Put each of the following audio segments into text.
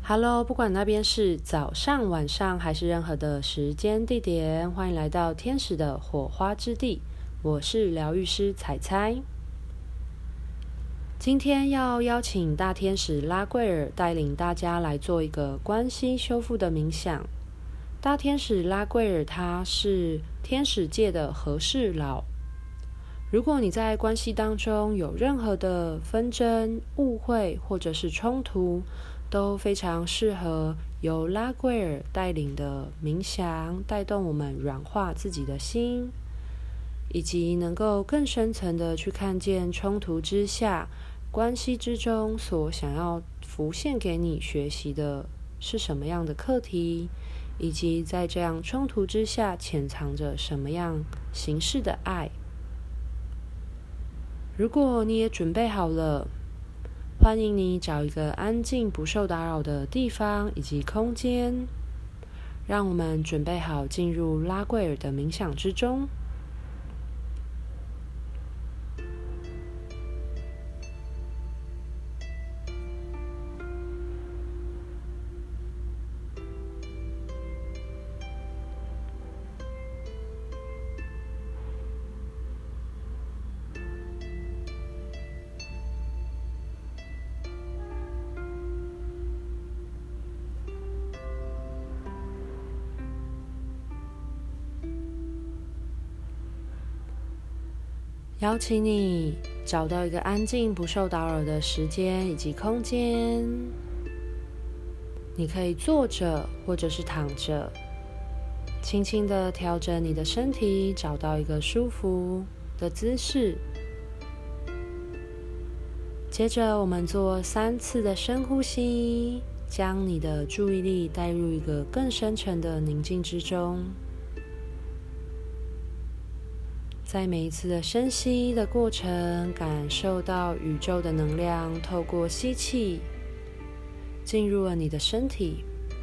Hello，不管那边是早上、晚上还是任何的时间地点，欢迎来到天使的火花之地。我是疗愈师彩彩。今天要邀请大天使拉贵尔带领大家来做一个关系修复的冥想。大天使拉贵尔他是天使界的和事佬。如果你在关系当中有任何的纷争、误会或者是冲突，都非常适合由拉贵尔带领的冥想，带动我们软化自己的心，以及能够更深层的去看见冲突之下，关系之中所想要浮现给你学习的是什么样的课题，以及在这样冲突之下潜藏着什么样形式的爱。如果你也准备好了，欢迎你找一个安静不受打扰的地方以及空间，让我们准备好进入拉贵尔的冥想之中。邀请你找到一个安静不受打扰的时间以及空间，你可以坐着或者是躺着，轻轻地调整你的身体，找到一个舒服的姿势。接着我们做3次的深呼吸，将你的注意力带入一个更深沉的宁静之中。在每一次的深吸的过程，感受到宇宙的能量透过吸气进入了你的身体。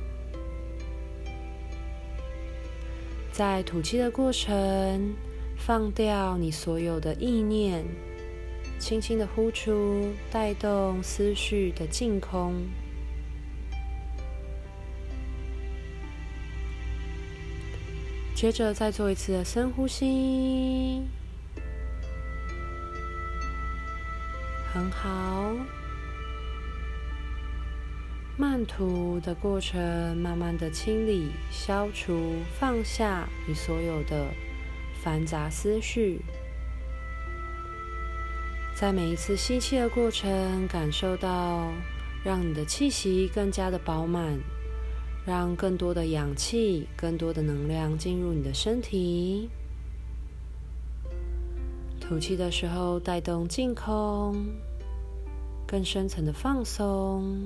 在吐气的过程，放掉你所有的意念，轻轻的呼出，带动思绪的净空。接着再做一次的深呼吸，很好。慢吐的过程，慢慢的清理、消除、放下你所有的繁杂思绪。在每一次吸气的过程，感受到让你的气息更加的饱满，让更多的氧气、更多的能量进入你的身体。吐气的时候，带动净空，更深层的放松，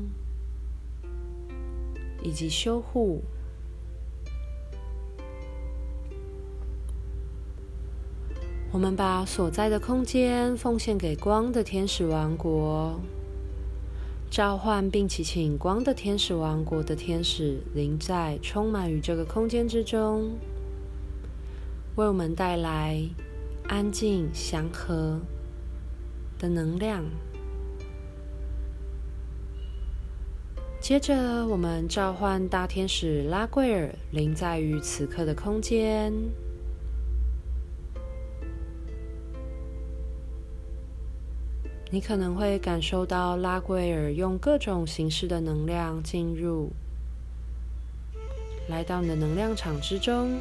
以及修护。我们把所在的空间奉献给光的天使王国，召唤并祈请光的天使王国的天使临在充满于这个空间之中，为我们带来安静祥和的能量。接着我们召唤大天使拉贵尔临在于此刻的空间，你可能会感受到拉贵尔用各种形式的能量进入，来到你的能量场之中。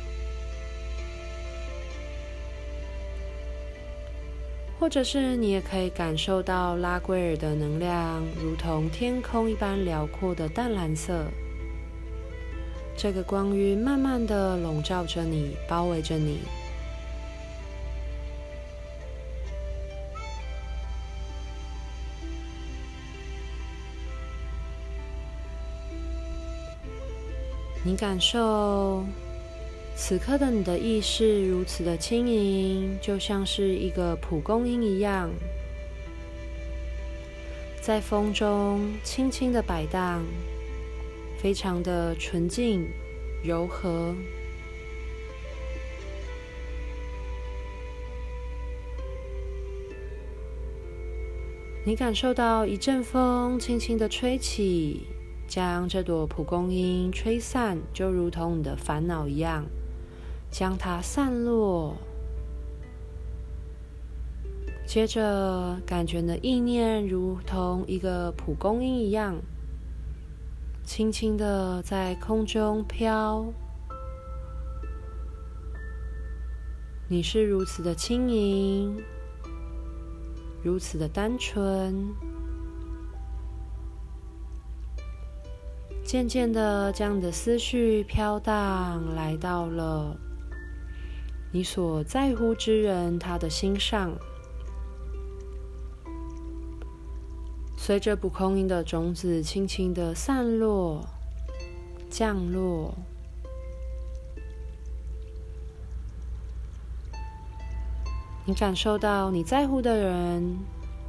或者是你也可以感受到拉贵尔的能量如同天空一般辽阔的淡蓝色，这个光晕慢慢的笼罩着你，包围着你。你感受此刻的你的意识如此的轻盈，就像是一个蒲公英一样，在风中轻轻的摆荡，非常的纯净柔和。你感受到一阵风轻轻的吹起， 将这朵蒲公英吹散，就如同你的烦恼一样，将它散落。接着，感觉你的意念如同一个蒲公英一样，轻轻的在空中飘。你是如此的轻盈，如此的单纯。渐渐的，将你的思绪飘荡，来到了你所在乎之人他的心上。随着蒲公英的种子轻轻的散落、降落，你感受到你在乎的人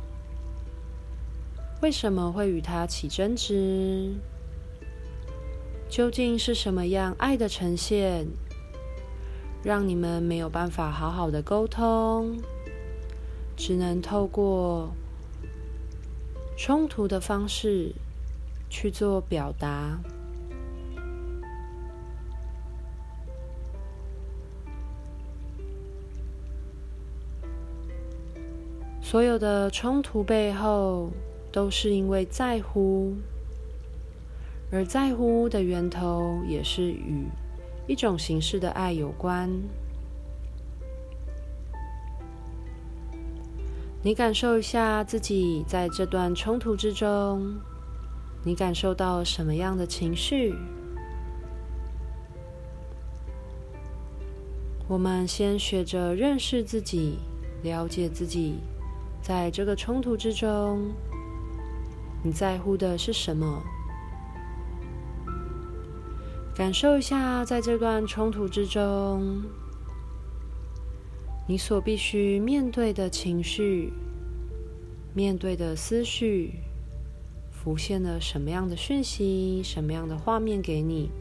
为什么会与他起争执？究竟是什么样爱的呈现，让你们没有办法好好的沟通，只能透过冲突的方式去做表达？所有的冲突背后都是因为在乎，而在乎的源头也是与一种形式的爱有关。你感受一下自己在这段冲突之中，你感受到什么样的情绪？我们先学着认识自己，了解自己，在这个冲突之中，你在乎的是什么？感受一下，在这段冲突之中，你所必须面对的情绪，面对的思绪，浮现了什么样的讯息，什么样的画面给你？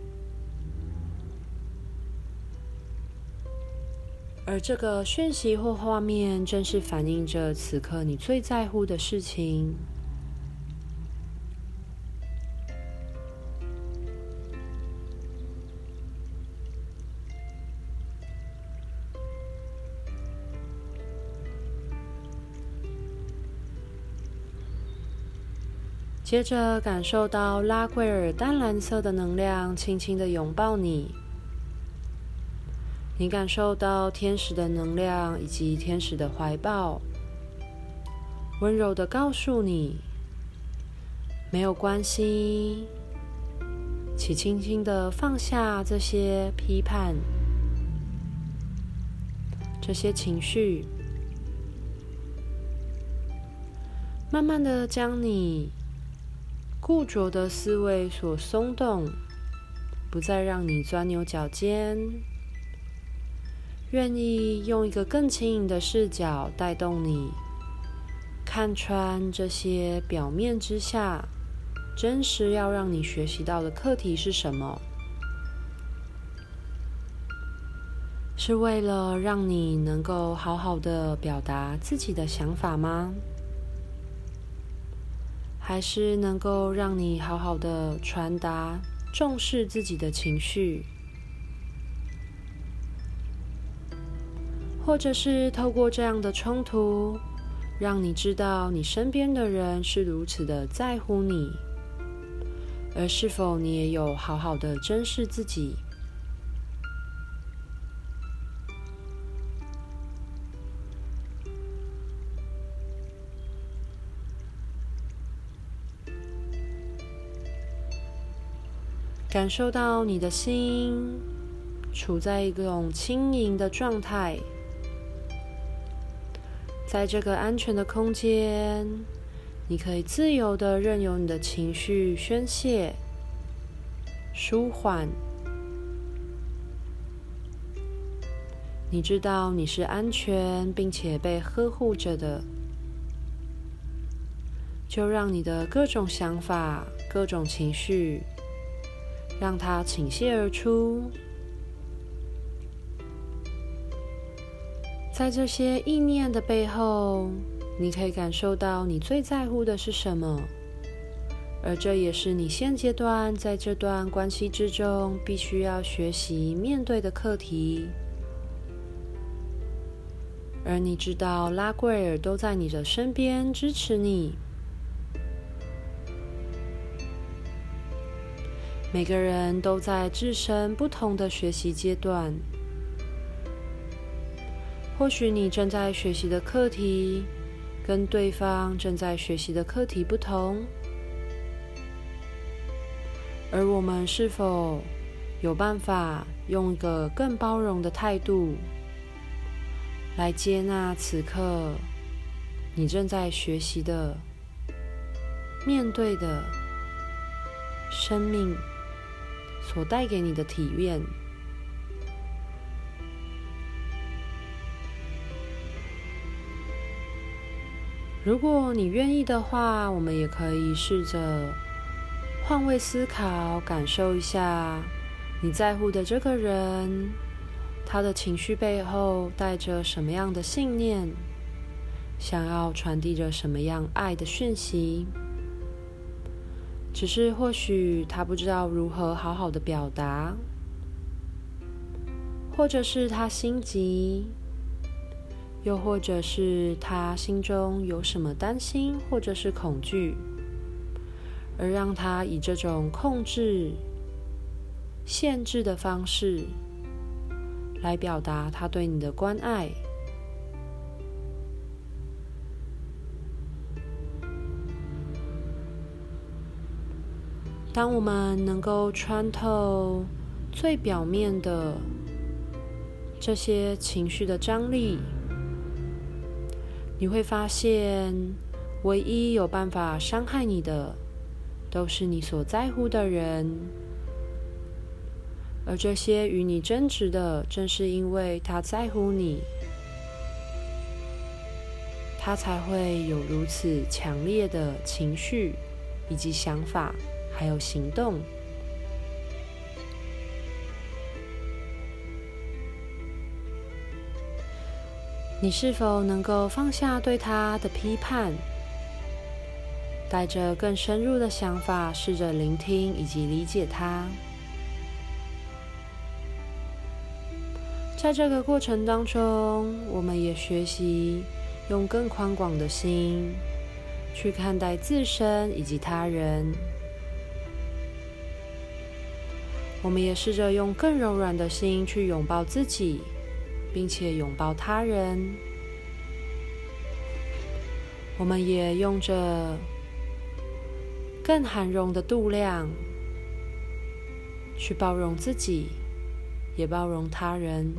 而这个讯息或画面，正是反映着此刻你最在乎的事情。接着感受到拉贵尔淡蓝色的能量轻轻地拥抱你，你感受到天使的能量以及天使的怀抱，温柔地告诉你，没有关系，请轻轻地放下这些批判，这些情绪，慢慢地将你固着的思维所松动，不再让你钻牛角尖，愿意用一个更轻盈的视角带动你看穿这些表面之下真实要让你学习到的课题是什么？是为了让你能够好好的表达自己的想法吗？还是能够让你好好的传达重视自己的情绪，或者是透过这样的冲突，让你知道你身边的人是如此的在乎你，而是否你也有好好的珍视自己？感受到你的心处在一种轻盈的状态，在这个安全的空间，你可以自由地任由你的情绪宣泄、舒缓。你知道你是安全并且被呵护着的，就让你的各种想法、各种情绪让它倾泻而出，在这些意念的背后，你可以感受到你最在乎的是什么， 而这也是你现阶段在这段关系之中必须要学习面对的课题。而你知道拉贵尔都在你的身边支持你。每个人都在自身不同的学习阶段，或许你正在学习的课题跟对方正在学习的课题不同，而我们是否有办法用一个更包容的态度来接纳此刻你正在学习的、面对的生命所带给你的体验？如果你愿意的话，我们也可以试着换位思考，感受一下你在乎的这个人，他的情绪背后带着什么样的信念，想要传递着什么样爱的讯息。只是或许他不知道如何好好的表达，或者是他心急，又或者是他心中有什么担心或者是恐惧，而让他以这种控制、限制的方式来表达他对你的关爱。当我们能够穿透最表面的这些情绪的张力，你会发现唯一有办法伤害你的都是你所在乎的人，而这些与你争执的正是因为他在乎你，他才会有如此强烈的情绪以及想法还有行动。你是否能够放下对他的批判，带着更深入的想法，试着聆听以及理解他？在这个过程当中，我们也学习用更宽广的心去看待自身以及他人。我们也试着用更柔软的心去拥抱自己，并且拥抱他人。我们也用着更涵容的度量去包容自己，也包容他人。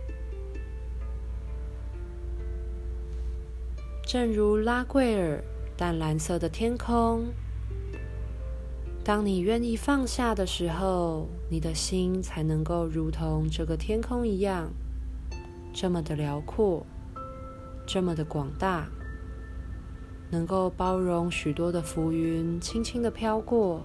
正如拉贵尔淡蓝色的天空，当你愿意放下的时候，你的心才能够如同这个天空一样，这么的辽阔，这么的广大，能够包容许多的浮云轻轻的飘过。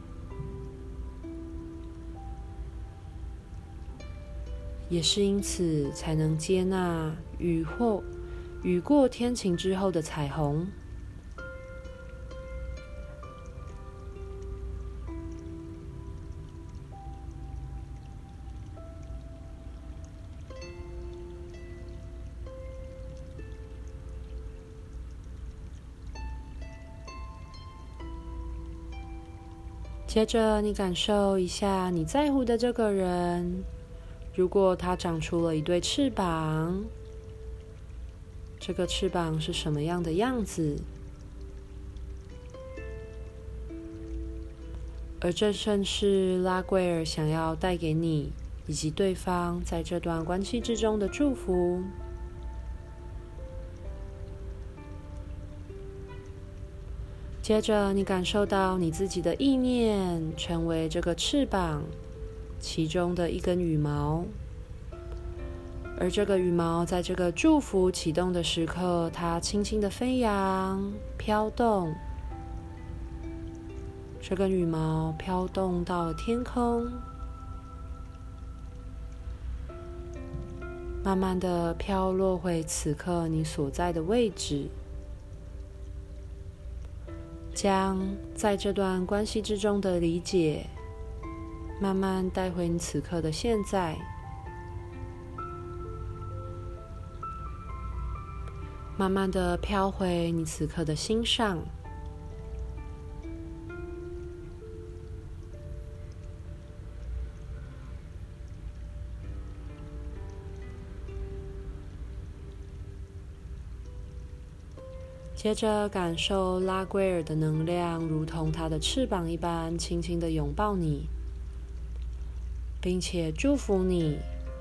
也是因此才能接纳雨过天晴之后的彩虹。接着你感受一下你在乎的这个人，如果他长出了一对翅膀，这个翅膀是什么样的样子？而这正是拉贵尔想要带给你以及对方在这段关系之中的祝福。接着你感受到你自己的意念成为这个翅膀其中的一根羽毛，而这个羽毛在这个祝福启动的时刻，它轻轻的飞扬飘动，这根羽毛飘动到了天空，慢慢的飘落回此刻你所在的位置。 将在这段关系之中的理解慢慢带回你此刻的现在，慢慢的飘回你此刻的心上。接着感受拉圭尔的能量如同它的翅膀一般轻轻的拥抱你，并且祝福你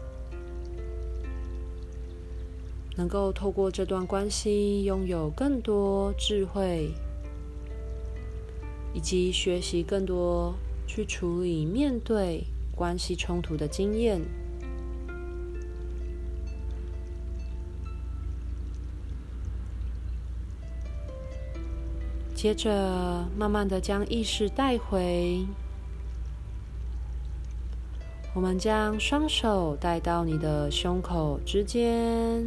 能够透过这段关系拥有更多智慧，以及学习更多去处理面对关系冲突的经验。接着慢慢的将意识带回，我们将双手带到你的胸口之间，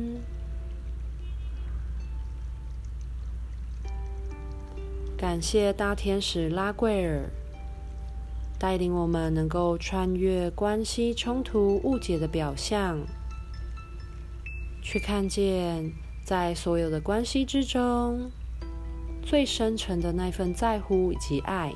感谢大天使拉圭尔带领我们能够穿越关系冲突误解的表象，去看见在所有的关系之中最深沉的那份在乎以及爱，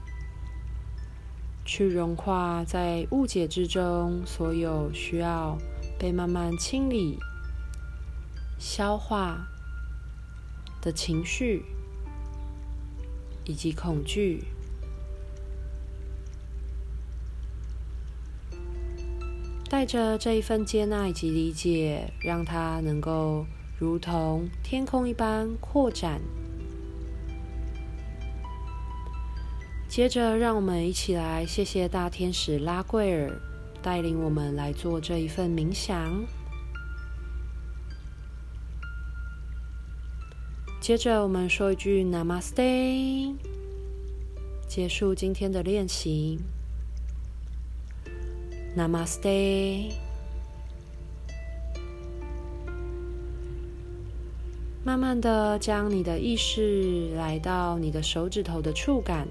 去融化在误解之中所有需要被慢慢清理、消化的情绪以及恐惧。带着这一份接纳以及理解，让它能够如同天空一般扩展。接着让我们一起来谢谢大天使拉圭尔带领我们来做这一份冥想。接着我们说一句 Namaste， 结束今天的练习。 Namaste。 慢慢的将你的意识来到你的手指头的触感，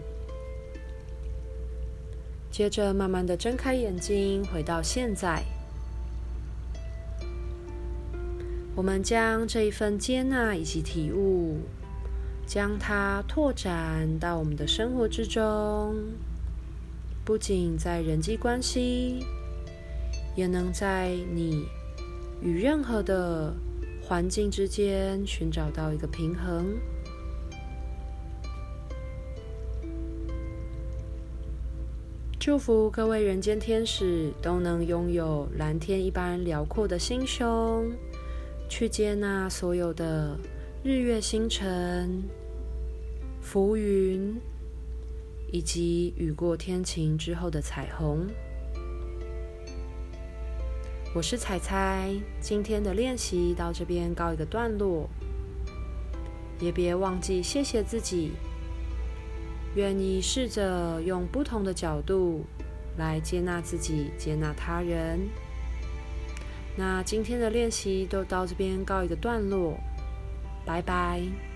接着慢慢的睁开眼睛，回到现在。我们将这一份接纳以及体悟，将它拓展到我们的生活之中，不仅在人际关系，也能在你与任何的环境之间寻找到一个平衡。祝福各位人间天使都能拥有蓝天一般辽阔的心胸，去接纳所有的日月星辰、浮云，以及雨过天晴之后的彩虹。我是彩彩，今天的练习到这边告一个段落，也别忘记谢谢自己，愿意试着用不同的角度来接纳自己，接纳他人。那今天的练习都到这边告一个段落，拜拜。